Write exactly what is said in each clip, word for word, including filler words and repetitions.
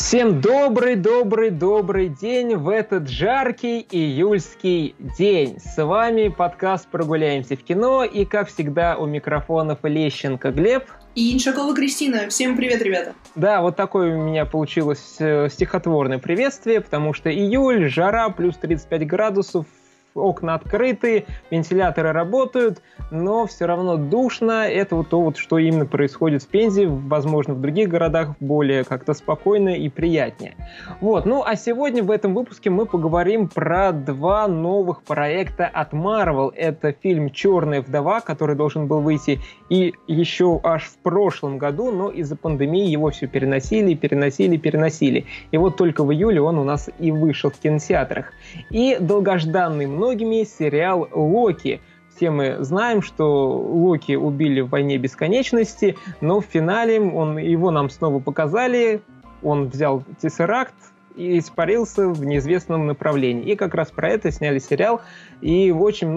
Всем добрый-добрый-добрый день в этот жаркий июльский день. С вами подкаст «Прогуляемся в кино», и, как всегда, у микрофонов Лещенко Глеб. И Иншакова Кристина. Всем привет, ребята. Да, вот такое у меня получилось стихотворное приветствие, потому что июль, жара, плюс тридцать пять градусов, окна открыты, вентиляторы работают, но все равно душно. Это вот то, вот, что именно происходит в Пензе, возможно, в других городах более как-то спокойно и приятнее. Вот, ну а сегодня в этом выпуске мы поговорим про два новых проекта от Marvel. Это фильм «Черная вдова», который должен был выйти и еще аж в прошлом году, но из-за пандемии его все переносили, переносили, переносили. И вот только в июле он у нас и вышел в кинотеатрах. И долгожданный многими сериал «Локи». Все мы знаем, что Локи убили в «Войне бесконечности», но в финале он, его нам снова показали. Он взял тессеракт и испарился в неизвестном направлении. И как раз про это сняли сериал. И очень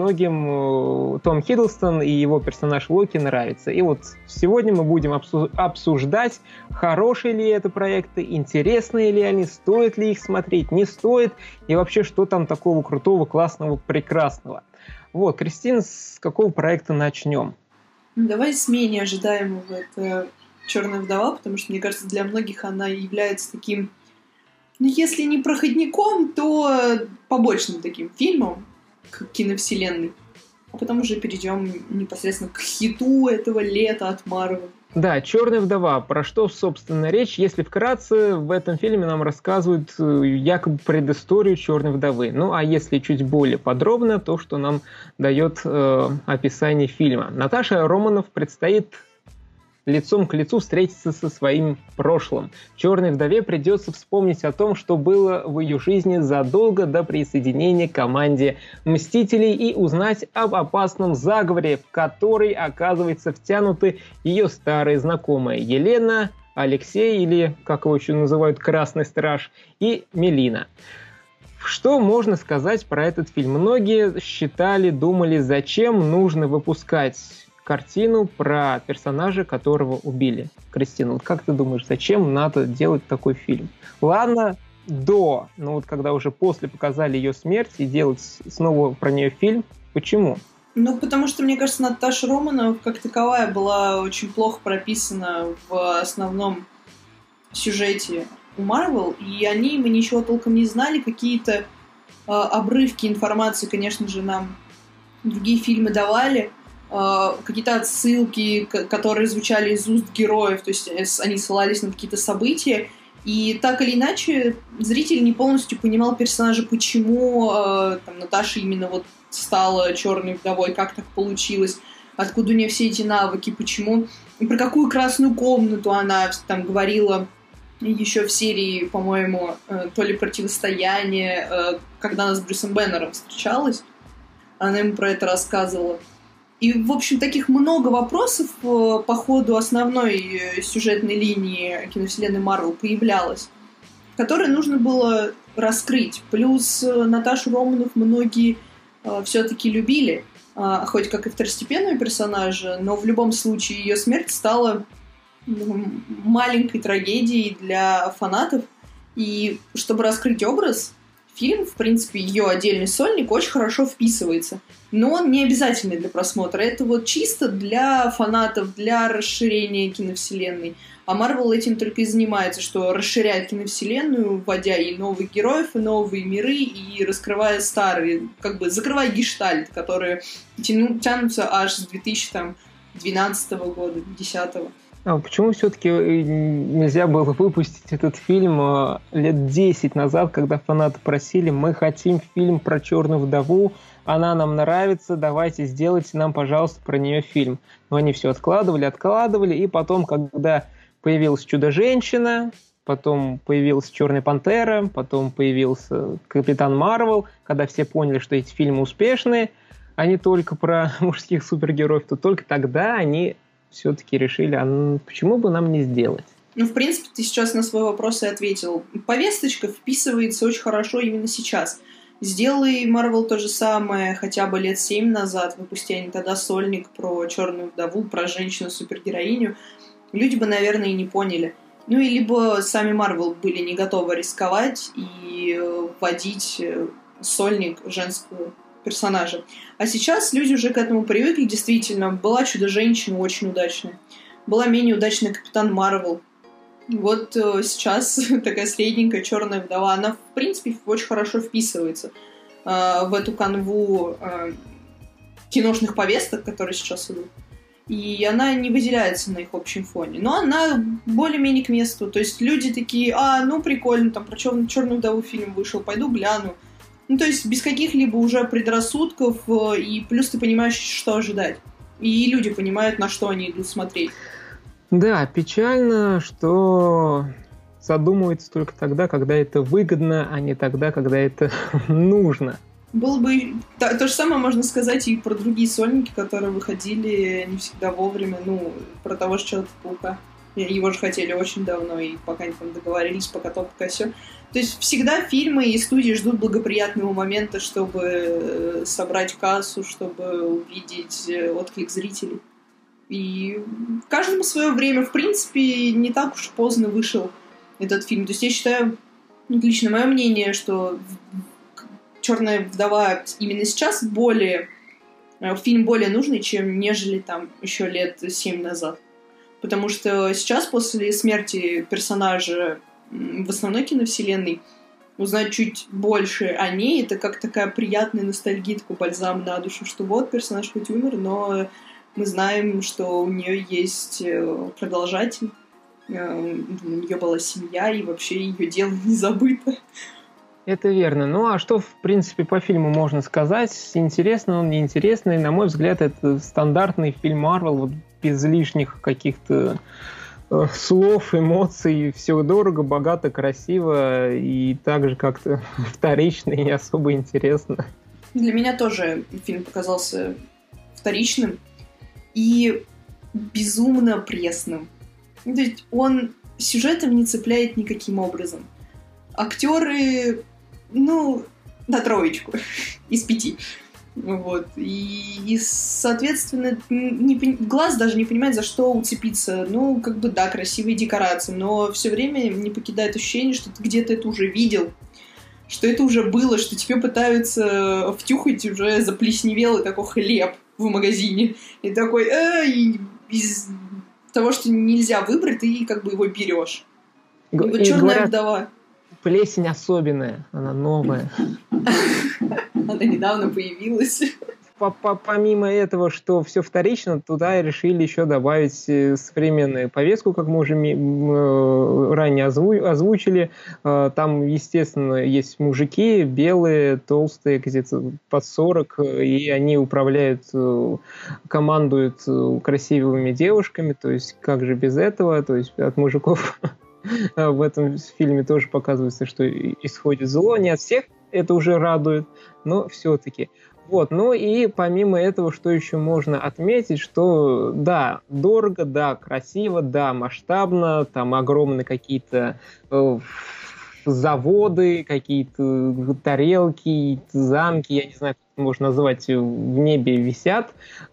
многим Том Хиддлстон и его персонаж Локи нравится. И вот сегодня мы будем обсуждать, хорошие ли это проекты, интересные ли они, стоит ли их смотреть, не стоит, и вообще, что там такого крутого, классного, прекрасного. Вот, Кристина, с какого проекта начнем? Давай с менее ожидаемого. Это «Черная вдова», потому что, мне кажется, для многих она является таким, ну, если не проходником, то побочным таким фильмом к киновселенной. А потом уже перейдем непосредственно к хиту этого лета от Marvel. Да, «Черная вдова». Про что, собственно, речь? Если вкратце, в этом фильме нам рассказывают якобы предысторию «Черной вдовы». Ну, а если чуть более подробно, то, что нам дает э, описание фильма. Наташе Романов предстоит лицом к лицу встретиться со своим прошлым. «Черной вдове» придется вспомнить о том, что было в ее жизни задолго до присоединения к команде «Мстителей» и узнать об опасном заговоре, в который, оказывается, втянуты ее старые знакомые Елена, Алексей, или, как его еще называют, Красный Страж, и Мелина. Что можно сказать про этот фильм? Многие считали, думали, зачем нужно выпускать картину про персонажа, которого убили. Кристина, вот как ты думаешь, зачем надо делать такой фильм? Ладно, до, но вот когда уже после показали ее смерть и делать снова про нее фильм, почему? Ну, потому что, мне кажется, Наташа Романова как таковая была очень плохо прописана в основном сюжете у Marvel, и о ней мы ничего толком не знали, какие-то э, обрывки информации, конечно же, нам другие фильмы давали, какие-то отсылки, которые звучали из уст героев, то есть они ссылались на какие-то события, и так или иначе зритель не полностью понимал персонажа, почему там, Наташа именно вот стала черной вдовой, как так получилось, откуда у нее все эти навыки, почему, и про какую красную комнату она там говорила еще в серии, по-моему, то ли «Противостояние», когда она с Брюсом Бэннером встречалась, она ему про это рассказывала. И, в общем, таких много вопросов по ходу основной сюжетной линии киновселенной Marvel появлялось, которые нужно было раскрыть. Плюс Наташу Романов многие э, все-таки любили, э, хоть как и второстепенного персонажа, но в любом случае ее смерть стала ну, маленькой трагедией для фанатов. И чтобы раскрыть образ, фильм, в принципе, ее отдельный сольник очень хорошо вписывается. Но он не обязательный для просмотра. Это вот чисто для фанатов, для расширения киновселенной. А Marvel этим только и занимается, что расширяет киновселенную, вводя и новых героев, и новые миры, и раскрывая старые, как бы закрывая гештальт, которые тяну, тянутся аж с две тысячи двенадцатого года, две тысячи десятого. А почему все-таки нельзя было выпустить этот фильм лет десять назад, когда фанаты просили: мы хотим фильм про Черную вдову, она нам нравится, давайте сделайте нам, пожалуйста, про нее фильм. Но они все откладывали, откладывали, и потом, когда появилась Чудо-женщина, потом появилась Черная пантера, потом появился Капитан Марвел, когда все поняли, что эти фильмы успешные, а не только про мужских супергероев, то только тогда они все-таки решили, а почему бы нам не сделать? Ну, в принципе, ты сейчас на свой вопрос и ответил. Повесточка вписывается очень хорошо именно сейчас. Сделай Marvel то же самое хотя бы лет семь назад, выпусти они тогда сольник про Черную вдову, про женщину-супергероиню, люди бы, наверное, и не поняли. Ну, и либо сами Марвел были не готовы рисковать и вводить сольник женского персонажа. А сейчас люди уже к этому привыкли, действительно. Была Чудо-женщина очень удачная. Была менее удачная Капитан Марвел. Вот э, сейчас такая средненькая черная вдова. Она, в принципе, очень хорошо вписывается э, в эту канву э, киношных повесток, которые сейчас идут. И она не выделяется на их общем фоне. Но она более-менее к месту. То есть люди такие, а, ну прикольно, там про черную, черную вдову фильм вышел, пойду гляну. Ну, то есть без каких-либо уже предрассудков, и плюс ты понимаешь, что ожидать. И люди понимают, на что они идут смотреть. Да, печально, что задумывается только тогда, когда это выгодно, а не тогда, когда это нужно. Было бы... То, то же самое можно сказать и про другие сольники, которые выходили не всегда вовремя. Ну, про того же Человека-паука. Его же хотели очень давно, и пока они там договорились, пока то, пока сё. То есть всегда фильмы и студии ждут благоприятного момента, чтобы собрать кассу, чтобы увидеть отклик зрителей. И каждому свое время. В принципе, не так уж поздно вышел этот фильм. То есть я считаю, лично мое мнение, что «Черная вдова» именно сейчас более... Фильм более нужный, чем нежели там еще лет семь назад. Потому что сейчас, после смерти персонажа в основной киновселенной, узнать чуть больше о ней, это как такая приятная ностальгия, такой бальзам на душу, что вот персонаж хоть умер, но мы знаем, что у нее есть продолжатель, у нее была семья, и вообще ее дело не забыто. Это верно. Ну, а что, в принципе, по фильму можно сказать? Интересный он, неинтересный. На мой взгляд, это стандартный фильм Marvel, вот без лишних каких-то э, слов, эмоций. Все дорого, богато, красиво и также как-то вторично и не особо интересно. Для меня тоже фильм показался вторичным и безумно пресным. То есть он сюжетом не цепляет никаким образом. Актеры, ну, на троечку из пяти. Вот. И, и соответственно, не, глаз даже не понимает, за что уцепиться. Ну, как бы, да, красивые декорации, но все время не покидает ощущение, что ты где-то это уже видел, что это уже было, что тебе пытаются втюхать уже заплесневелый такой хлеб в магазине. И такой, эй, из того, что нельзя выбрать, ты как бы его берешь. И, и вот «Черная вдова». Плесень особенная, она новая. Она недавно появилась. Помимо этого, что все вторично, туда решили еще добавить современную повестку, как мы уже ранее озвучили. Там, естественно, есть мужики белые, толстые, где-то под сорок, и они управляют, командуют красивыми девушками, то есть как же без этого, то есть от мужиков... В этом фильме тоже показывается, что исходит зло. Не от всех это уже радует, но все-таки. Вот. Ну и помимо этого, что еще можно отметить, что да, дорого, да, красиво, да, масштабно, там огромные какие-то э, заводы, какие-то тарелки, замки, я не знаю, как это можно назвать, в небе висят.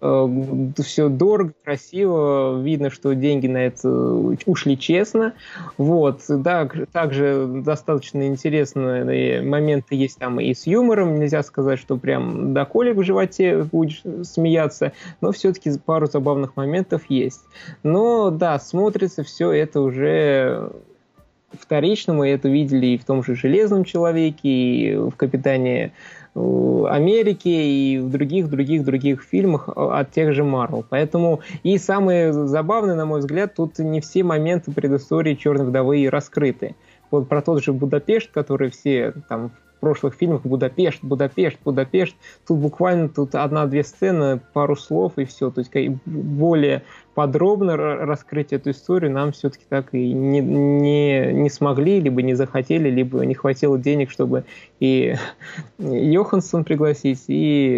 Все дорого, красиво, видно, что деньги на это ушли честно. Вот, да, также достаточно интересные моменты есть там и с юмором, нельзя сказать, что прям до колик в животе будешь смеяться, но все-таки пару забавных моментов есть. Но да, смотрится все это уже... вторично, мы это видели и в том же «Железном человеке», и в «Капитане Америки», и в других, других, других фильмах от тех же Marvel. Поэтому и самое забавное, на мой взгляд, тут не все моменты предыстории «Черной вдовы» раскрыты. Вот про тот же Будапешт, который все там в прошлых фильмах Будапешт, Будапешт, Будапешт. Тут буквально тут одна-две сцены, пару слов и все. То есть более подробно раскрыть эту историю нам все-таки так и не, не, не смогли, либо не захотели, либо не хватило денег, чтобы и Йоханссон пригласить, и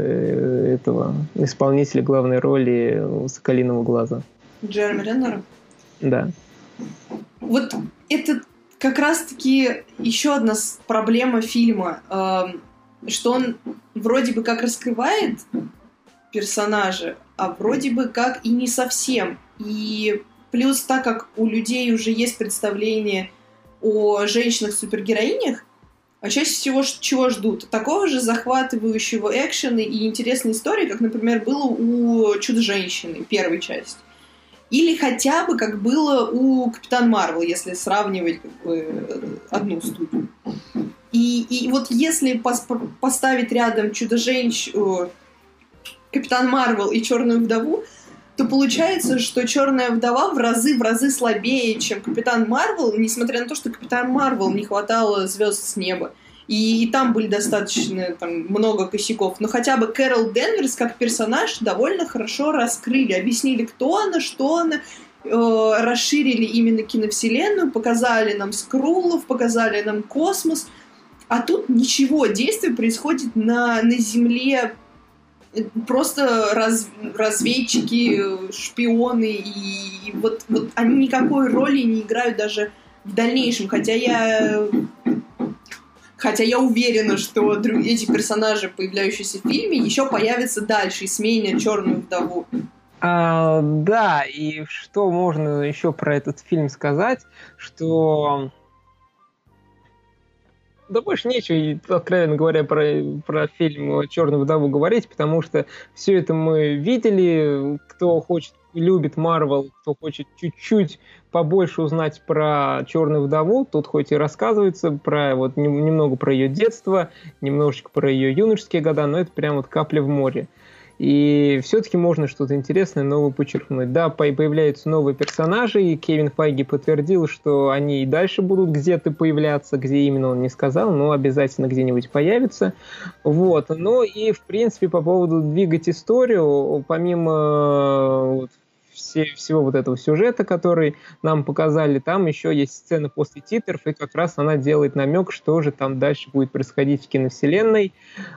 этого исполнителя главной роли «Соколиного глаза». Джереми Реннера? Да. Вот это как раз-таки еще одна проблема фильма, что он вроде бы как раскрывает персонажа, а вроде бы как и не совсем. И плюс так как у людей уже есть представление о женщинах-супергероинях, а чаще всего чего ждут? Такого же захватывающего экшена и интересной истории, как, например, было у Чудо-женщины, первой части. Или хотя бы как было у Капитан Марвел, если сравнивать как бы, одну студию. И, и вот если пос- поставить рядом Чудо-женщину, Капитан Марвел и Черную вдову, то получается, что Черная вдова в разы в разы слабее, чем Капитан Марвел, несмотря на то, что Капитан Марвел не хватало звезд с неба. И, и там были достаточно там, много косяков. Но хотя бы Кэрол Денверс как персонаж довольно хорошо раскрыли. Объяснили, кто она, что она. Э, расширили именно киновселенную. Показали нам скруллов, показали нам космос. А тут ничего. Действие происходит на, на Земле. Просто раз, разведчики, шпионы. И, и вот, вот они никакой роли не играют даже в дальнейшем. Хотя я... Хотя я уверена, что эти персонажи, появляющиеся в фильме, еще появятся дальше и сменят Черную вдову. А, да, и что можно еще про этот фильм сказать, что... Да больше нечего, откровенно говоря, про, про фильм «Черную вдову» говорить, потому что все это мы видели. Кто хочет, любит Марвел, кто хочет чуть-чуть побольше узнать про «Черную вдову», тут хоть и рассказывается про вот немного про ее детство, немножечко про ее юношеские года, но это прям вот капля в море. И все-таки можно что-то интересное, новое подчеркнуть. Да, появляются новые персонажи, и Кевин Файги подтвердил, что они и дальше будут где-то появляться, где именно он не сказал, но обязательно где-нибудь появятся. Вот. Ну и, в принципе, по поводу двигать историю, помимо вот, все, всего вот этого сюжета, который нам показали, там еще есть сцена после титров, и как раз она делает намек, что же там дальше будет происходить в киновселенной.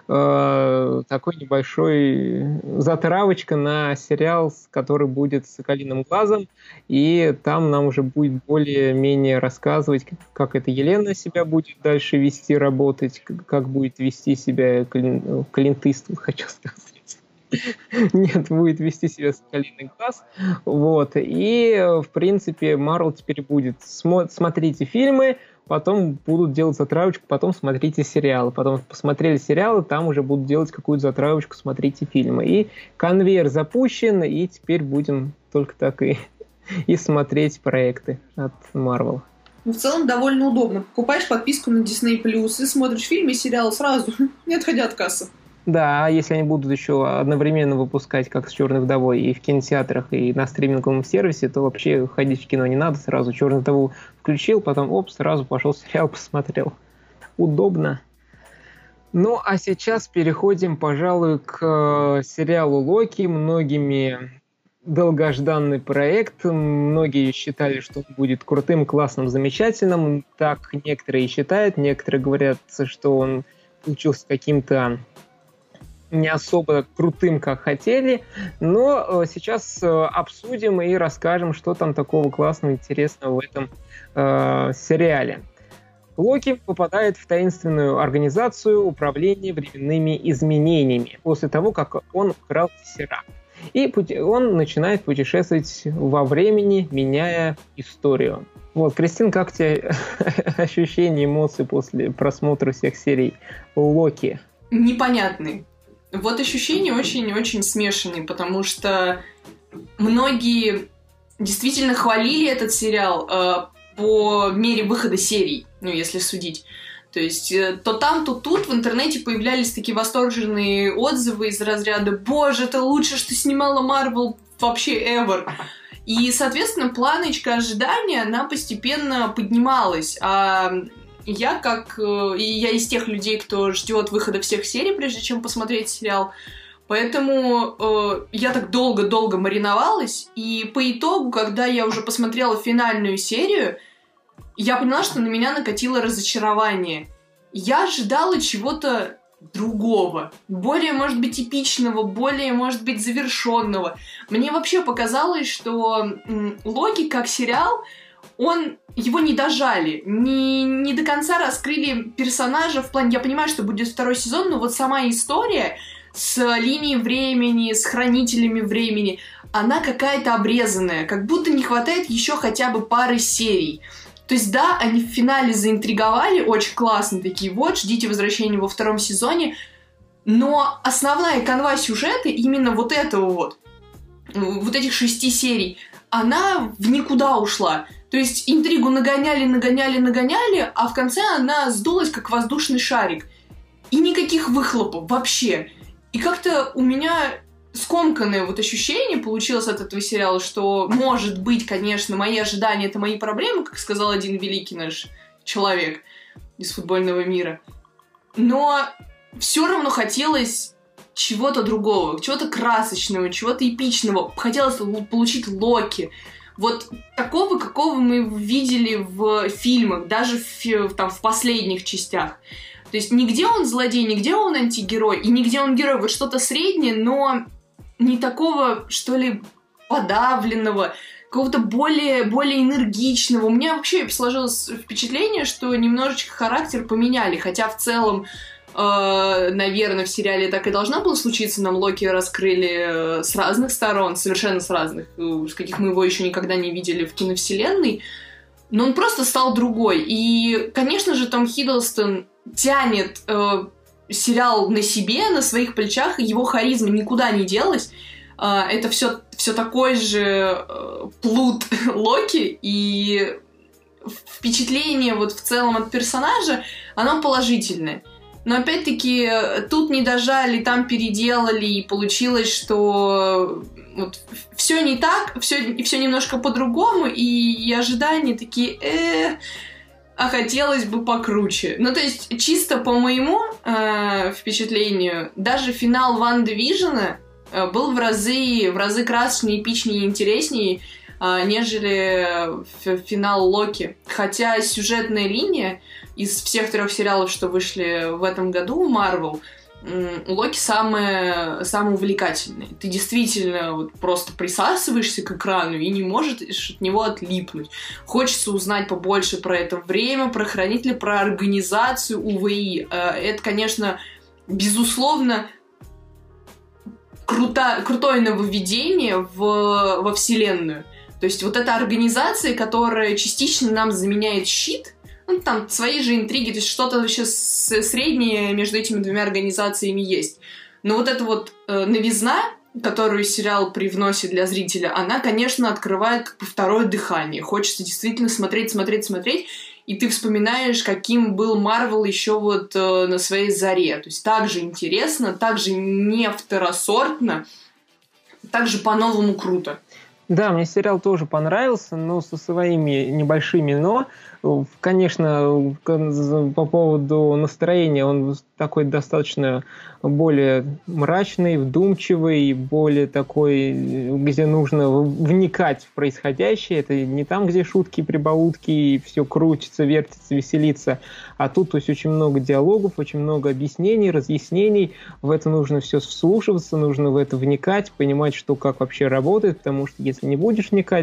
Э, такой небольшой затравочка на сериал, который будет с «Соколиным глазом», и там нам уже будет более-менее рассказывать, как эта Елена себя будет дальше вести, работать, как будет вести себя Клин... Клинт Иствуд, хочу сказать. Нет, будет вести себя «Соколиный глаз». Вот. И, в принципе, Марвел теперь будет смо- смотрите фильмы, потом будут делать затравочку, потом смотрите сериалы. Потом посмотрели сериалы, там уже будут делать какую-то затравочку, смотрите фильмы. И конвейер запущен, и теперь будем только так и, и смотреть проекты от Марвел. Ну, в целом довольно удобно. Покупаешь подписку на Disney+, и смотришь фильмы и сериалы сразу, не отходя от кассы. Да, если они будут еще одновременно выпускать, как с «Черной вдовой», и в кинотеатрах, и на стриминговом сервисе, то вообще ходить в кино не надо. Сразу «Черную вдову» включил, потом оп, сразу пошел сериал, посмотрел. Удобно. Ну, а сейчас переходим, пожалуй, к сериалу «Локи». Многими долгожданный проект. Многие считали, что он будет крутым, классным, замечательным. Так некоторые считают, некоторые говорят, что он получился каким-то не особо крутым, как хотели, но сейчас обсудим и расскажем, что там такого классного, интересного в этом э, сериале. Локи попадает в таинственную организацию управления временными изменениями после того, как он украл Тессеракт. И он начинает путешествовать во времени, меняя историю. Вот, Кристин, как тебе ощущения, эмоции после просмотра всех серий Локи? Непонятные. Вот ощущения очень-очень смешанные, потому что многие действительно хвалили этот сериал э, по мере выхода серий, ну, если судить. То есть э, то там, то тут в интернете появлялись такие восторженные отзывы из разряда «Боже, это лучшее, что снимала Марвел вообще ever». И, соответственно, планочка ожидания, она постепенно поднималась, а... Я как... И я из тех людей, кто ждет выхода всех серий, прежде чем посмотреть сериал. Поэтому э, я так долго-долго мариновалась. И по итогу, когда я уже посмотрела финальную серию, я поняла, что на меня накатило разочарование. Я ожидала чего-то другого. Более, может быть, эпичного, более, может быть, завершенного. Мне вообще показалось, что м, Локи как сериал... Он, его не дожали, не, не до конца раскрыли персонажа в плане, я понимаю, что будет второй сезон, но вот сама история с линией времени, с хранителями времени, она какая-то обрезанная, как будто не хватает еще хотя бы пары серий. То есть, да, они в финале заинтриговали, очень классно, такие, вот, ждите возвращения во втором сезоне, но основная канва сюжета, именно вот этого вот, вот этих шести серий, она в никуда ушла. То есть, интригу нагоняли, нагоняли, нагоняли, а в конце она сдулась, как воздушный шарик. И никаких выхлопов вообще. И как-то у меня скомканное вот ощущение получилось от этого сериала, что, может быть, конечно, мои ожидания — это мои проблемы, как сказал один великий наш человек из футбольного мира. Но все равно хотелось чего-то другого, чего-то красочного, чего-то эпичного. Хотелось получить Локи. Вот такого, какого мы видели в фильмах, даже в, там, в последних частях. То есть нигде он злодей, нигде он антигерой, и нигде он герой. Вот что-то среднее, но не такого, что ли, подавленного, какого-то более, более энергичного. У меня вообще сложилось впечатление, что немножечко характер поменяли, хотя в целом, э, наверное, в сериале так и должно было случиться. Нам Локи раскрыли с разных сторон, совершенно с разных, с каких мы его еще никогда не видели в киновселенной. Но он просто стал другой. И, конечно же, Том Хиддлстон тянет э, сериал на себе, на своих плечах, и его харизма никуда не делась. Э, это все, все такой же э, плут Локи, и впечатление вот в целом от персонажа, оно положительное. Но опять-таки тут не дожали, там переделали, и получилось, что вот все не так, все, все немножко по-другому, и ожидания такие, э, а хотелось бы покруче. Ну, то есть, чисто по моему э, впечатлению, даже финал Ван Дивижена э, был в разы, в разы красочнее, эпичнее и интереснее, э, нежели финал Локи. Хотя сюжетная линия из всех трех сериалов, что вышли в этом году у Marvel, у Локи самое, самое увлекательное. Ты действительно вот просто присасываешься к экрану и не можешь от него отлипнуть. Хочется узнать побольше про это время, про хранителя, про организацию УВИ. Это, конечно, безусловно, круто, крутое нововведение в, во вселенную. То есть вот эта организация, которая частично нам заменяет щит, ну, там свои же интриги, то есть что-то вообще среднее между этими двумя организациями есть. Но вот эта вот э, новизна, которую сериал привносит для зрителя, она, конечно, открывает как бы второе дыхание. Хочется действительно смотреть, смотреть, смотреть, и ты вспоминаешь, каким был Марвел еще вот э, на своей заре. То есть так же интересно, так же не второсортно, так же по-новому круто. Да, мне сериал тоже понравился, но со своими небольшими «но». Конечно, по поводу настроения он такой достаточно более мрачный, вдумчивый, более такой, где нужно вникать в происходящее. Это не там, где шутки, прибаутки, и все крутится, вертится, веселится. А тут то есть, очень много диалогов, очень много объяснений, разъяснений. В это нужно все вслушиваться, нужно в это вникать, понимать, что как вообще работает, потому что если не будешь вникать,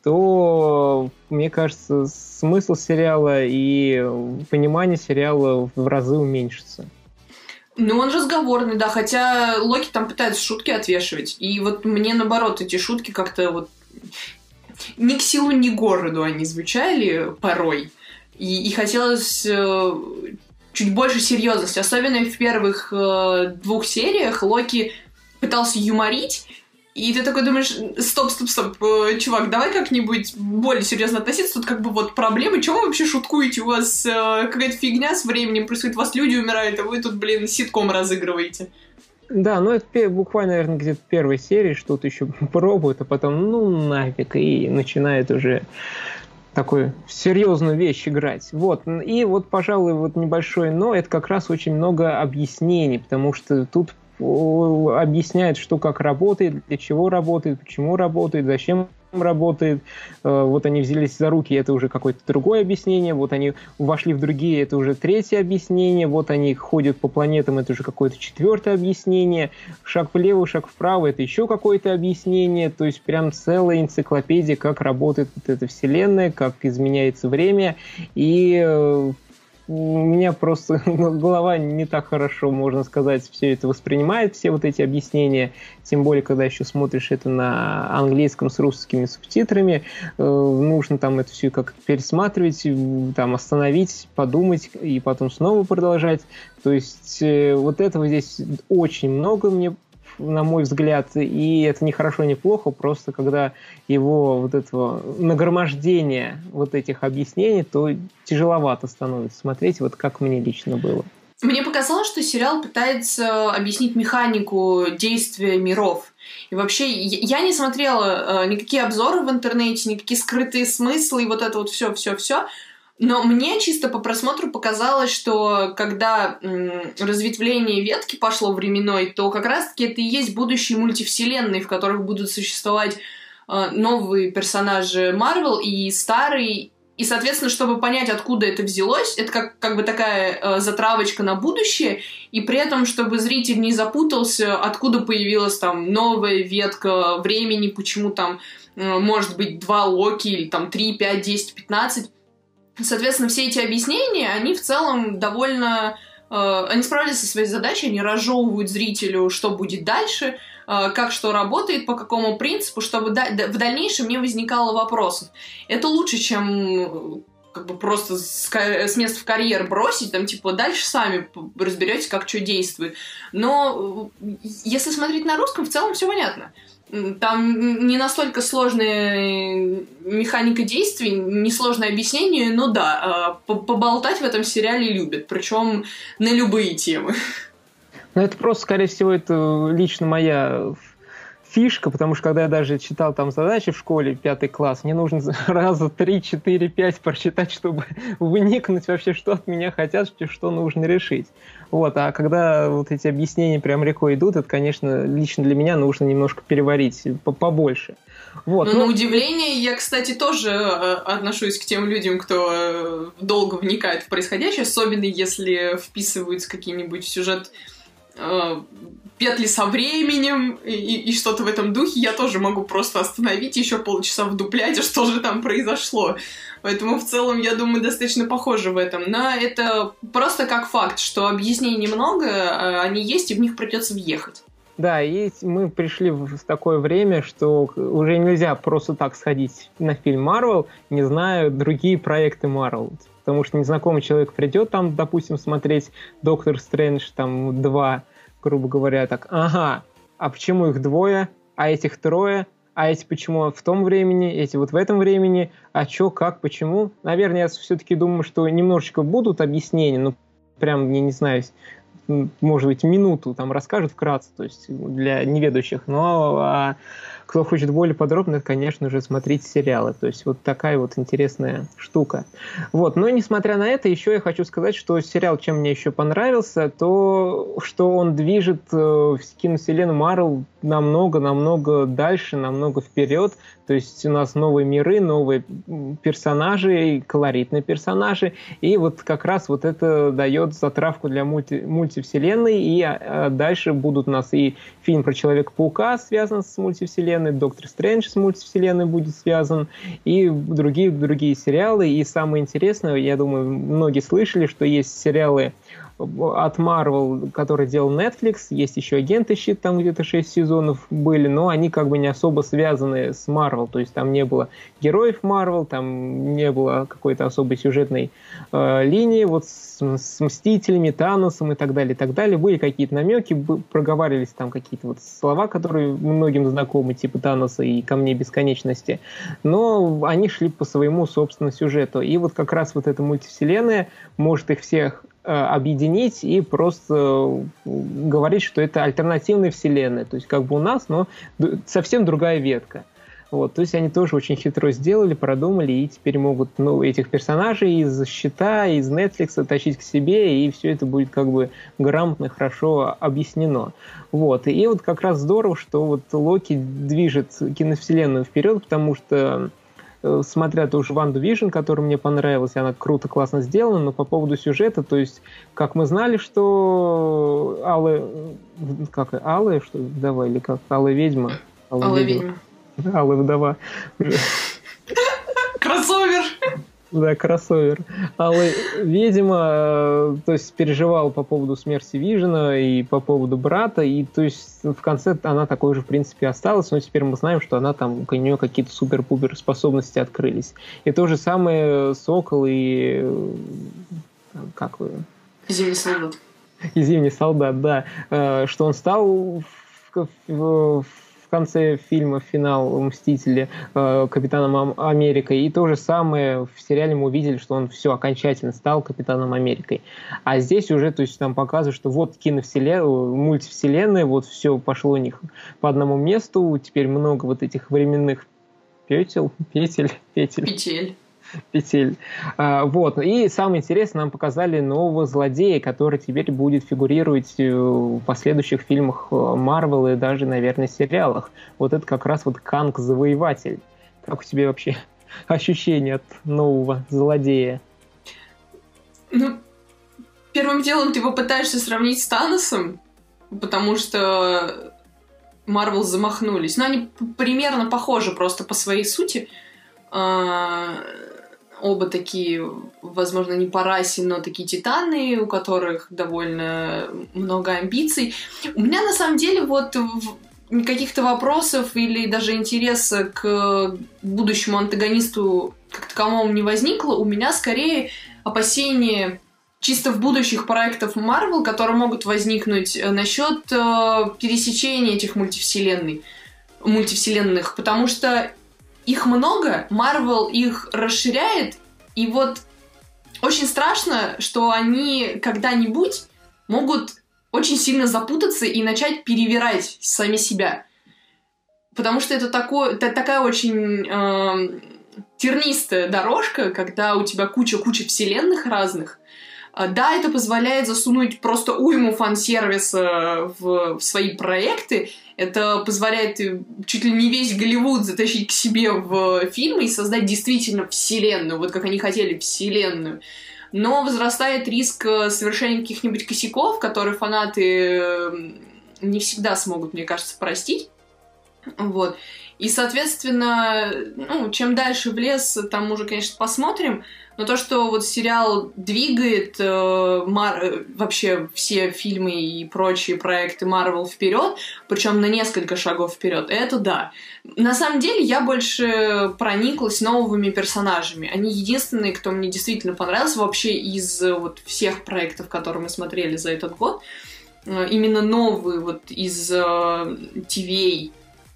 то, мне кажется, смысл сериала и понимание сериала в разы уменьшится. Ну, он разговорный, да, хотя Локи там пытается шутки отвешивать. И вот мне, наоборот, эти шутки как-то вот ни к селу, ни к городу они звучали порой. И, и хотелось э, чуть больше серьезности. Особенно в первых э, двух сериях Локи пытался юморить. И ты такой думаешь, стоп, стоп, стоп, чувак, давай как-нибудь более серьезно относиться. Тут как бы вот проблемы, чего вы вообще шуткуете? У вас э, какая-то фигня с временем происходит, у вас люди умирают, а вы тут, блин, ситком разыгрываете. Да, ну это буквально, наверное, где-то в первой серии что-то еще пробуют, а потом, ну нафиг, и начинает уже такую серьезную вещь играть. Вот, и вот, пожалуй, вот небольшое «но», это как раз очень много объяснений, потому что тут объясняет, что как работает, для чего работает, почему работает, зачем работает. Вот они взялись за руки, это уже какое-то другое объяснение. Вот они вошли в другие, это уже третье объяснение. Вот они ходят по планетам, это уже какое-то четвертое объяснение. Шаг влево, шаг вправо, это еще какое-то объяснение. То есть прям целая энциклопедия, как работает вот эта вселенная, как изменяется время. И у меня просто голова не так хорошо, можно сказать, все это воспринимает, все вот эти объяснения, тем более, когда еще смотришь это на английском с русскими субтитрами, э, нужно там это все как-то пересматривать, там остановить, подумать и потом снова продолжать. То есть э, вот этого здесь очень много, мне, на мой взгляд, и это не хорошо, не плохо, просто когда его вот этого нагромождения вот этих объяснений, то тяжеловато становится смотреть, вот как мне лично было. Мне показалось, что сериал пытается объяснить механику действия миров. И вообще, я не смотрела никакие обзоры в интернете, никакие скрытые смыслы, и вот это вот все-все-все. Но мне чисто по просмотру показалось, что когда м, разветвление ветки пошло временной, то как раз-таки это и есть будущие мультивселенные, в которых будут существовать э, новые персонажи Marvel и старые. И, соответственно, чтобы понять, откуда это взялось, это как, как бы такая э, затравочка на будущее, и при этом, чтобы зритель не запутался, откуда появилась там новая ветка времени, почему там э, может быть два Локи, или там три, пять, десять, пятнадцать. Соответственно, все эти объяснения, они в целом довольно... Э, они справились со своей задачей, они разжевывают зрителю, что будет дальше, э, как что работает, по какому принципу, чтобы да, в дальнейшем не возникало вопросов. Это лучше, чем как бы просто с, с места в карьер бросить, там, типа, дальше сами разберетесь, как что действует. Но если смотреть на русском, в целом все понятно. Там не настолько сложная механика действий, несложное объяснение, но да, поболтать в этом сериале любят, причем на любые темы. Ну, это просто, скорее всего, это лично моя фишка, потому что когда я даже читал там задачи в школе, пятый класс, мне нужно раза три, четыре, пять прочитать, чтобы вникнуть вообще, что от меня хотят, что нужно решить. Вот, а когда вот эти объяснения прям рекой идут, это, конечно, лично для меня нужно немножко переварить побольше. Вот, но, но... на удивление, я, кстати, тоже отношусь к тем людям, кто долго вникает в происходящее, особенно если вписываются какие-нибудь в сюжет петли со временем и, и что-то в этом духе, я тоже могу просто остановить, еще полчаса вдуплять, а что же там произошло. Поэтому в целом, я думаю, достаточно похоже в этом. Но это просто как факт, что объяснений много, они есть, и в них придется въехать. Да, и мы пришли в такое время, что уже нельзя просто так сходить на фильм Marvel, не зная другие проекты Marvel. Потому что незнакомый человек придет там, допустим, смотреть Доктор Стрэндж там два, грубо говоря, так, ага, а почему их двое, а этих трое, а эти почему в том времени, эти вот в этом времени, а чё, как, почему? Наверное, я все-таки думаю, что немножечко будут объяснения, ну, прям, я не знаю, может быть, минуту там расскажут вкратце, то есть для неведущих, но а кто хочет более подробно, конечно же, смотрите сериалы. То есть вот такая вот интересная штука. Вот. Но несмотря на это, еще я хочу сказать, что сериал, чем мне еще понравился, то, что он движет э, киновселенную Marvel намного-намного дальше, намного вперед. То есть у нас новые миры, новые персонажи, колоритные персонажи. И вот как раз вот это дает затравку для мульти- мультивселенной. И а, дальше будут у нас и фильм про Человека-паука связан с мультивселенной, Доктор Стрэндж с мультивселенной будет связан, и другие, другие сериалы. И самое интересное, я думаю, многие слышали, что есть сериалы от Marvel, который делал Netflix, есть еще Агенты Щит, там где-то шесть сезонов были, но они как бы не особо связаны с Marvel, то есть там не было героев Marvel, там не было какой-то особой сюжетной э, линии, вот с, с Мстителями, Таносом и так далее, и так далее. Были какие-то намеки, проговаривались там какие-то вот слова, которые многим знакомы, типа Таноса и Камней Бесконечности, но они шли по своему собственному сюжету. И вот как раз вот эта мультивселенная может их всех объединить и просто говорить, что это альтернативная вселенная. То есть как бы у нас, но совсем другая ветка. Вот, то есть они тоже очень хитро сделали, продумали, и теперь могут ну, этих персонажей из Щита, из Netflix тащить к себе, и все это будет как бы грамотно, хорошо объяснено. Вот, и вот как раз здорово, что вот Локи движет киновселенную вперед, потому что смотря тоже Ванду Вижн, которая мне понравилась, она круто, классно сделана, но по поводу сюжета, то есть, как мы знали, что Алла... Как? Алла, что вдова, или как? Алла ведьма? Алла ведьма. Алла вдова. Кроссовер! Да, кроссовер. Алый, видимо, то есть переживал по поводу смерти Вижена и по поводу брата, и то есть в конце она такой же, в принципе, осталась, но теперь мы знаем, что она там, у нее какие-то супер-пупер способности открылись. И то же самое Сокол и... Как вы? Зимний солдат. И Зимний солдат, да. Что он стал в, в, в конце фильма, финал «Мстители», Капитаном Америкой. И то же самое в сериале мы увидели, что он все окончательно стал Капитаном Америкой. А здесь уже, то есть, нам показывают, что вот киновселенная, мультивселенная, вот все пошло у них по одному месту. Теперь много вот этих временных петель, петель, петель. Петель. Петель. А, вот. И самое интересное, нам показали нового злодея, который теперь будет фигурировать в последующих фильмах Марвел и даже, наверное, сериалах. Вот это как раз вот Канг-завоеватель. Как у тебя вообще ощущение от нового злодея? Ну, первым делом ты попытаешься сравнить с Таносом, потому что Марвел замахнулись. Но они примерно похожи просто по своей сути. Оба такие, возможно, не по расе, но такие титаны, у которых довольно много амбиций. У меня, на самом деле, вот каких-то вопросов или даже интереса к будущему антагонисту как таковому не возникло. У меня, скорее, опасения чисто в будущих проектах Marvel, которые могут возникнуть насчет пересечения этих мультивселенной, мультивселенных, потому что их много, Marvel их расширяет, и вот очень страшно, что они когда-нибудь могут очень сильно запутаться и начать перевирать сами себя. Потому что это, такое, это такая очень э, тернистая дорожка, когда у тебя куча-куча вселенных разных. Да, это позволяет засунуть просто уйму фан-сервиса в, в свои проекты. Это позволяет чуть ли не весь Голливуд затащить к себе в фильмы и создать действительно вселенную, вот как они хотели вселенную. Но возрастает риск совершения каких-нибудь косяков, которые фанаты не всегда смогут, мне кажется, простить. Вот. И, соответственно, ну, чем дальше в лес, там уже, конечно, посмотрим. Но то, что вот сериал двигает э, мар... вообще все фильмы и прочие проекты Marvel вперед, причем на несколько шагов вперед, это да. На самом деле я больше прониклась новыми персонажами. Они единственные, кто мне действительно понравился вообще из вот всех проектов, которые мы смотрели за этот год. Э, именно новые вот из э, ти ви эй.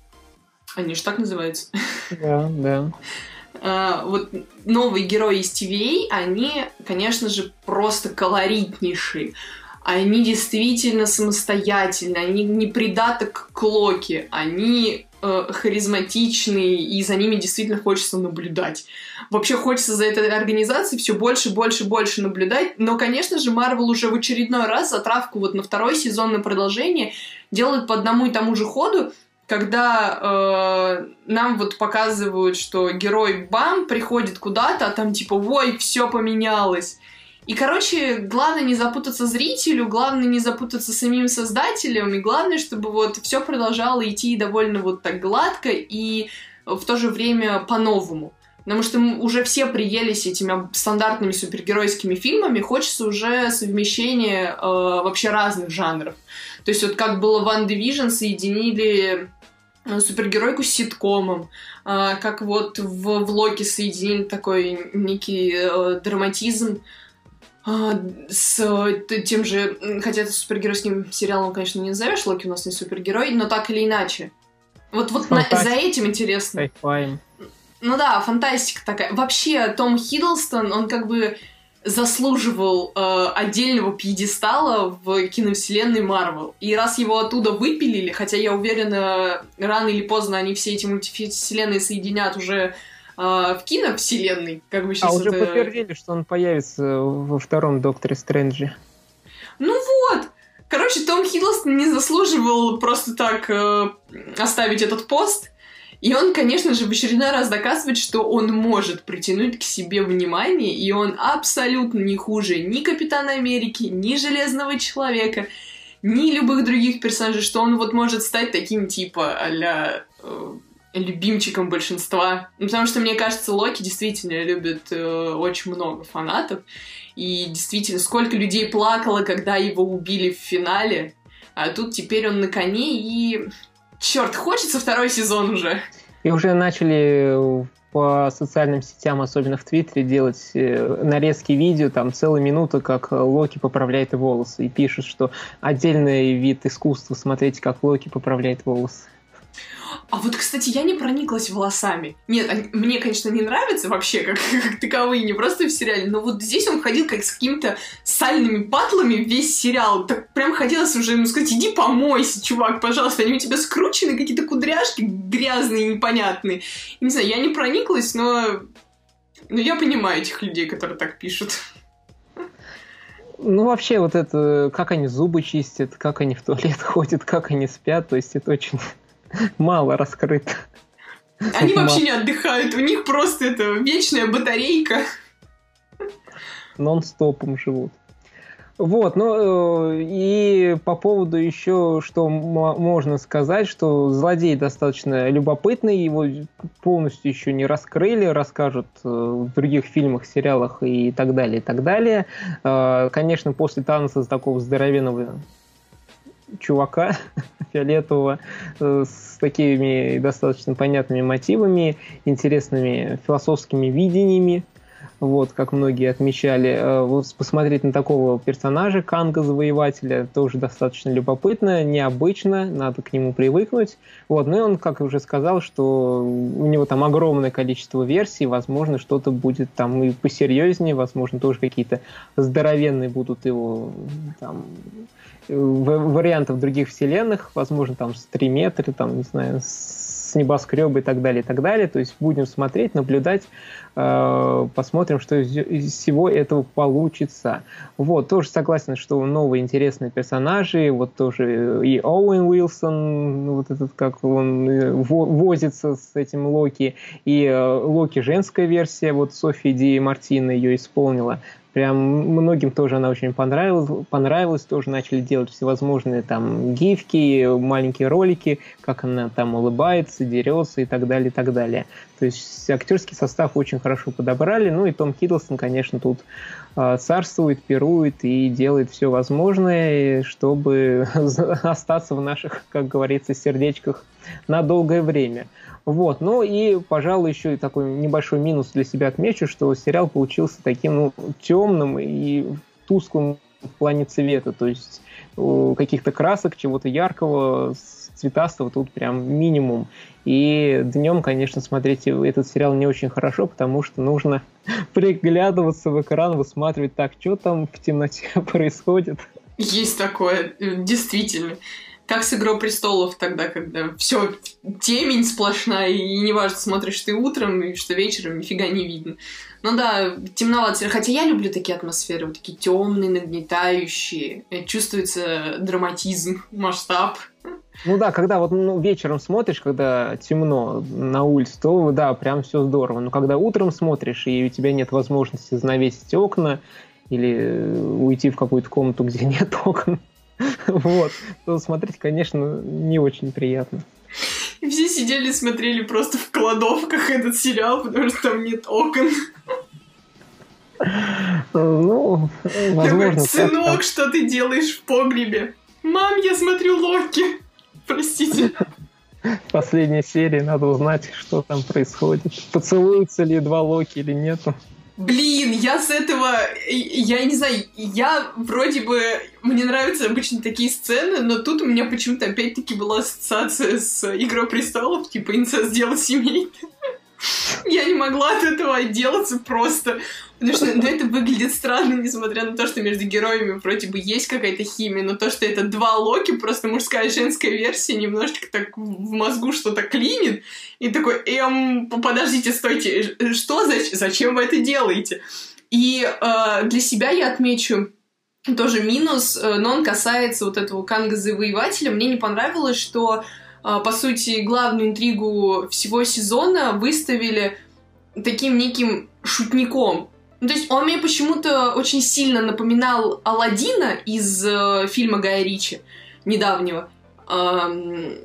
Они же так называются? Да, да. Uh, вот новые герои из ти ви эй, они, конечно же, просто колоритнейшие. Они действительно самостоятельные, они не придаток к Локи, они э, харизматичные, и за ними действительно хочется наблюдать. Вообще хочется за этой организацией все больше, больше, больше наблюдать, но, конечно же, Marvel уже в очередной раз затравку вот на второй сезон, на продолжение делают по одному и тому же ходу, когда э, нам вот показывают, что герой бам приходит куда-то, а там типа ой, все поменялось. И, короче, главное не запутаться зрителю, главное не запутаться самим создателем, и главное, чтобы вот все продолжало идти довольно вот так гладко и в то же время по-новому. Потому что уже все приелись этими стандартными супергеройскими фильмами, хочется уже совмещения э, вообще разных жанров. То есть вот как было в Ван Дивижн, соединили супергеройку с ситкомом, э, как вот в, в Локи соединили такой некий э, драматизм э, с тем же, хотя это супергеройским сериалом, конечно, не назовешь, Локи у нас не супергерой, но так или иначе. Вот, вот на, за этим интересно. Sci-fi. Ну да, фантастика такая. Вообще, Том Хиддлстон, он как бы заслуживал э, отдельного пьедестала в киновселенной Марвел. И раз его оттуда выпилили, хотя я уверена, рано или поздно они все эти мультивселенные соединят уже э, в киновселенной. Как бы сейчас а уже это... подтвердили, что он появится во втором Докторе Стрэнджи. Ну вот! Короче, Том Хиддлстон не заслуживал просто так э, оставить этот пост. И он, конечно же, в очередной раз доказывает, что он может притянуть к себе внимание, и он абсолютно не хуже ни Капитана Америки, ни Железного Человека, ни любых других персонажей, что он вот может стать таким типа а-ля э, любимчиком большинства. Ну, потому что, мне кажется, Локи действительно любит э, очень много фанатов. И действительно, сколько людей плакало, когда его убили в финале. А тут теперь он на коне, и... Черт, хочется второй сезон уже. И уже начали по социальным сетям, особенно в Твиттере, делать нарезки видео, там целая минута, как Локи поправляет волосы. И пишут, что отдельный вид искусства смотреть, как Локи поправляет волосы. А вот, кстати, я не прониклась волосами. Нет, они, мне, конечно, не нравятся вообще как, как таковые, не просто в сериале, но вот здесь он ходил как с какими-то сальными патлами весь сериал. Так прям хотелось уже ему сказать: иди помойся, чувак, пожалуйста. Они у тебя скручены, какие-то кудряшки грязные, непонятные. Не знаю, я не прониклась, но, но я понимаю этих людей, которые так пишут. Ну, вообще, вот это, как они зубы чистят, как они в туалет ходят, как они спят, то есть это очень... мало раскрыто. Они вообще не отдыхают, у них просто это вечная батарейка. Нон-стопом живут. Вот, ну и по поводу еще, что можно сказать, что злодей достаточно любопытный, его полностью еще не раскрыли, расскажут в других фильмах, сериалах и так далее, и так далее. Конечно, после Таноса такого здоровенного чувака фиолетового с такими достаточно понятными мотивами, интересными философскими видениями, вот, как многие отмечали. Вот посмотреть на такого персонажа, Канга-завоевателя, тоже достаточно любопытно, необычно, надо к нему привыкнуть. Вот, ну и он, как уже сказал, что у него там огромное количество версий, возможно, что-то будет там и посерьезнее, возможно, тоже какие-то здоровенные будут его там вариантов других вселенных, возможно, там с три метра, там, не знаю, с небоскреба и так далее, и так далее. То есть будем смотреть, наблюдать, э, посмотрим, что из, из всего этого получится. Вот, тоже согласен, что новые интересные персонажи, вот тоже и Оуэн Уилсон, вот этот, как он возится с этим Локи, и э, Локи женская версия, вот Софи Ди Мартино ее исполнила. Прям многим тоже она очень понравилась, понравилась, тоже начали делать всевозможные там гифки, маленькие ролики, как она там улыбается, дерется и так далее, и так далее. То есть актерский состав очень хорошо подобрали, ну и Том Хиддлстон, конечно, тут э, царствует, пирует и делает все возможное, чтобы остаться в наших, как говорится, сердечках на долгое время. Вот, ну и, пожалуй, еще и такой небольшой минус для себя отмечу, что сериал получился таким, ну, темным и тусклым в плане цвета, то есть каких-то красок, чего-то яркого, цветастого тут прям минимум. И днем, конечно, смотреть этот сериал не очень хорошо, потому что нужно приглядываться в экран, высматривать, так, что там в темноте происходит. Есть такое, действительно. Как с «Игрой престолов» тогда, когда все темень сплошная, и неважно, смотришь ты утром, и что вечером, нифига не видно. Ну да, темновато. Хотя я люблю такие атмосферы, вот такие темные, нагнетающие. Чувствуется драматизм, масштаб. Ну да, когда вот ну, вечером смотришь, когда темно на улице, то да, прям все здорово. Но когда утром смотришь, и у тебя нет возможности занавесить окна, или уйти в какую-то комнату, где нет окон, вот, то смотреть, конечно, не очень приятно. И все сидели, смотрели просто в кладовках этот сериал, потому что там нет окон. Ну, возможно. Такой: сынок, что ты делаешь в погребе? Мам, я смотрю Локи. Простите. В последней серии надо узнать, что там происходит. Поцелуются ли два Локи или нету. Блин, я с этого, я не знаю, я вроде бы, мне нравятся обычно такие сцены, но тут у меня почему-то опять-таки была ассоциация с «Игрой престолов», типа инцест дело семейное. Я не могла от этого отделаться просто, потому что ну, это выглядит странно, несмотря на то, что между героями вроде бы есть какая-то химия, но то, что это два Локи, просто мужская и женская версия, немножечко так в мозгу что-то клинит, и такой: эм, подождите, стойте, что, зачем вы это делаете? И э, для себя я отмечу тоже минус, но он касается вот этого Канга-завоевателя. Мне не понравилось, что по сути, главную интригу всего сезона выставили таким неким шутником. Ну, то есть он мне почему-то очень сильно напоминал Аладдина из э, фильма Гая Ричи недавнего. Эм,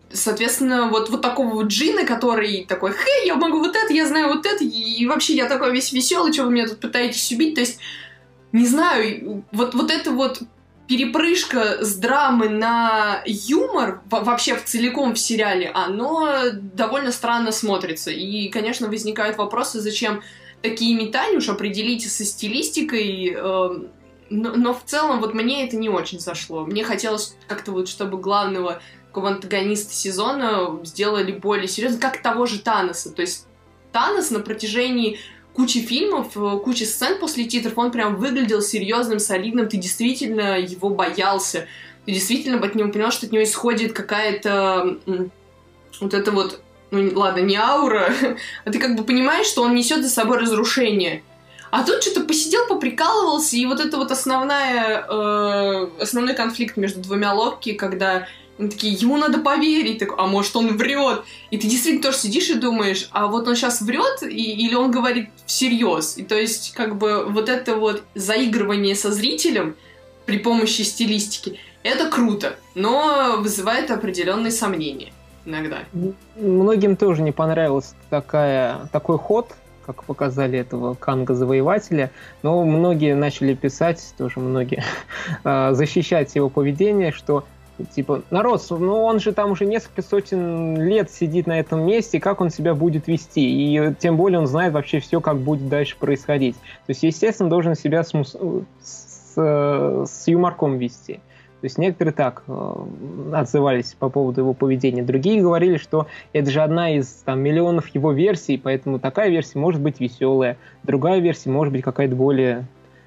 Соответственно, вот, вот такого вот Джина, который такой, хей, я могу вот это, я знаю вот это, и вообще я такой весь веселый, что вы меня тут пытаетесь убить. То есть, не знаю, вот, вот это вот перепрыжка с драмы на юмор вообще в целиком в сериале, оно довольно странно смотрится. И, конечно, возникают вопросы, зачем такие метания, уж определите со стилистикой, э, но, но в целом вот мне это не очень зашло. Мне хотелось как-то вот, чтобы главного такого антагониста сезона сделали более серьезно, как того же Таноса. То есть Танос на протяжении кучи фильмов, кучи сцен после титров, он прям выглядел серьезным, солидным, ты действительно его боялся, ты действительно от него понял, что от него исходит какая-то вот это вот, ну ладно, не аура, а ты как бы понимаешь, что он несет за собой разрушение. А тут что-то посидел, поприкалывался, и вот это вот основная, э, основной конфликт между двумя Локи, когда они такие, ему надо поверить, так, а может он врет. И ты действительно тоже сидишь и думаешь, а вот он сейчас врет и, или он говорит всерьез. И то есть как бы вот это вот заигрывание со зрителем при помощи стилистики, это круто, но вызывает определенные сомнения иногда. Многим тоже не понравился такая, такой ход, как показали этого Канга-завоевателя, но многие начали писать, тоже многие, защищать его поведение, что типа, народ, ну он же там уже несколько сотен лет сидит на этом месте, как он себя будет вести, и тем более он знает вообще все, как будет дальше происходить. То есть, естественно, должен себя с, мус... с, с юморком вести. То есть некоторые так э, отзывались по поводу его поведения. Другие говорили, что это же одна из там, миллионов его версий, поэтому такая версия может быть веселая, другая версия может быть какая-то более...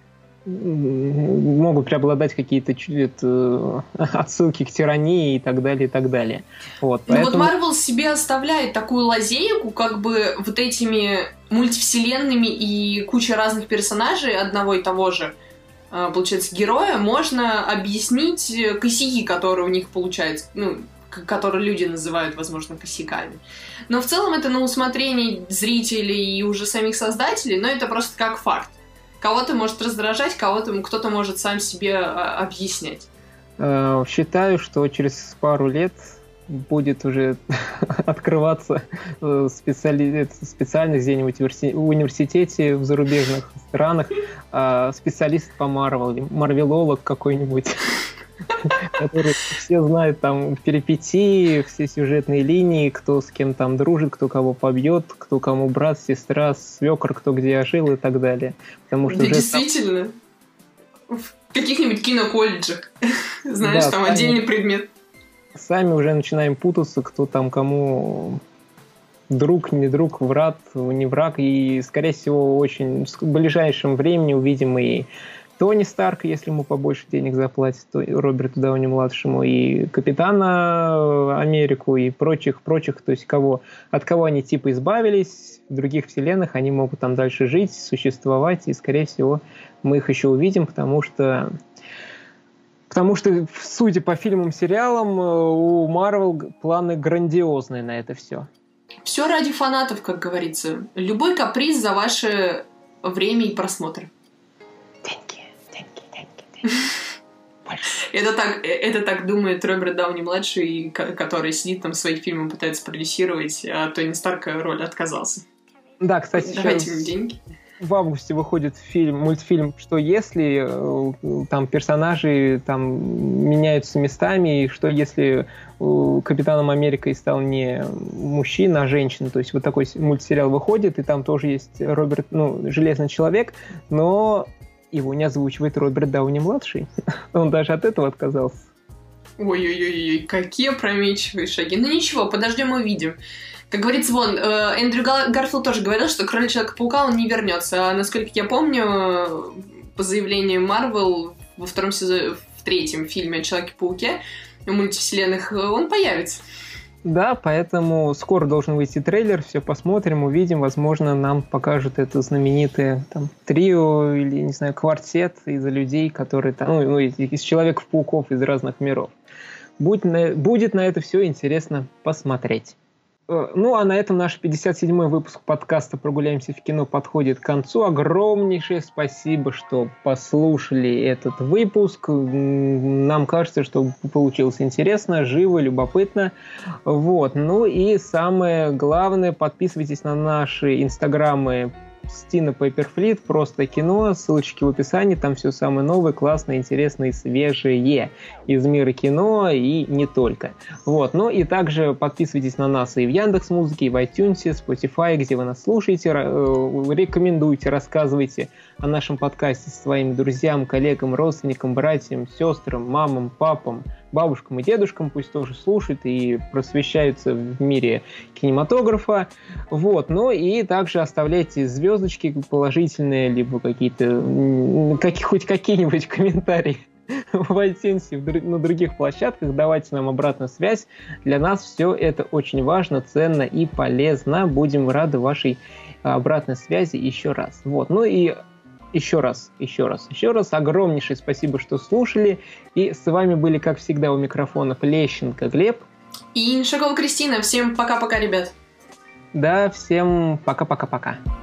могут преобладать какие-то это, отсылки к тирании и так далее, и так далее. Вот, ну поэтому... вот Marvel себе оставляет такую лазейку, как бы вот этими мультивселенными и кучей разных персонажей одного и того же, получается, героя, можно объяснить косяки, которые у них получаются, ну, которые люди называют, возможно, косяками. Но в целом это на усмотрение зрителей и уже самих создателей, но это просто как факт. Кого-то может раздражать, кого-то кто-то может сам себе объяснять. Считаю, что через пару лет будет уже открываться специали... специальность где-нибудь в университете в зарубежных странах, специалист по Марвел, марвелолог какой-нибудь, который все знают там перипетии, все сюжетные линии, кто с кем там дружит, кто кого побьет, кто кому брат, сестра, свекр, кто где жил и так далее. Потому что да уже действительно. Там... В каких-нибудь киноколледжах. Знаешь, да, там сами, отдельный предмет. Сами уже начинаем путаться, кто там кому друг, не друг, враг, не враг. И, скорее всего, очень в ближайшем времени увидим и Тони Старка, если ему побольше денег заплатят, то Роберту Дауни-младшему, и Капитана Америку, и прочих-прочих, то есть кого, от кого они типа избавились, в других вселенных они могут там дальше жить, существовать, и, скорее всего, мы их еще увидим, потому что, потому что, судя по фильмам, сериалам, у Marvel планы грандиозные на это все. Все ради фанатов, как говорится. Любой каприз за ваше время и просмотр. Это так, это так думает Роберт Дауни-младший, который сидит там свои фильмы, пытается продюсировать, а Тони Старка роль отказался. Да, кстати, давайте мне деньги. В августе выходит фильм, мультфильм «Что если?» Там персонажи там меняются местами, и что если Капитаном Америкой стал не мужчина, а женщина. То есть вот такой мультсериал выходит, и там тоже есть Роберт, ну, Железный человек, но его не озвучивает Роберт Дауни-младший. Он даже от этого отказался. Ой-ой-ой, какие опрометчивые шаги. Ну ничего, подождем и увидим. Как говорится, вон, э, Эндрю Гарфилд тоже говорил, что кроме Человека-паука он не вернется. А насколько я помню, по заявлению Марвел во втором сезоне, в третьем фильме о Человеке-пауке в мультивселенных он появится. Да, поэтому скоро должен выйти трейлер, все посмотрим, увидим, возможно, нам покажут это знаменитое там, трио или, не знаю, квартет из людей, которые там, ну, из Человеков-пауков из разных миров. Будет на, будет на это все интересно посмотреть. Ну, а на этом наш пятьдесят седьмой выпуск подкаста «Прогуляемся в кино» подходит к концу. Огромнейшее спасибо, что послушали этот выпуск. Нам кажется, что получилось интересно, живо, любопытно. Вот. Ну и самое главное, подписывайтесь на наши инстаграмы Стина Пейперфлит, просто кино, ссылочки в описании, там все самое новое, классное, интересное и свежее из мира кино и не только. Вот, ну и также подписывайтесь на нас и в Яндекс.Музыке, и в iTunes, Spotify, где вы нас слушаете, рекомендуйте, рассказывайте о нашем подкасте своим друзьям, коллегам, родственникам, братьям, сестрам, мамам, папам, бабушкам и дедушкам, пусть тоже слушают и просвещаются в мире кинематографа. Вот. Ну и также оставляйте звездочки положительные, либо какие-то, как, хоть какие-нибудь комментарии в iTunes, на других площадках. Давайте нам обратную связь. Для нас все это очень важно, ценно и полезно. Будем рады вашей обратной связи еще раз. Вот. Ну и Еще раз, еще раз, еще раз огромнейшее спасибо, что слушали. И с вами были, как всегда, у микрофонов Лещенко Глеб и Иншакова Кристина. Всем пока-пока, ребят. Да, всем пока-пока-пока.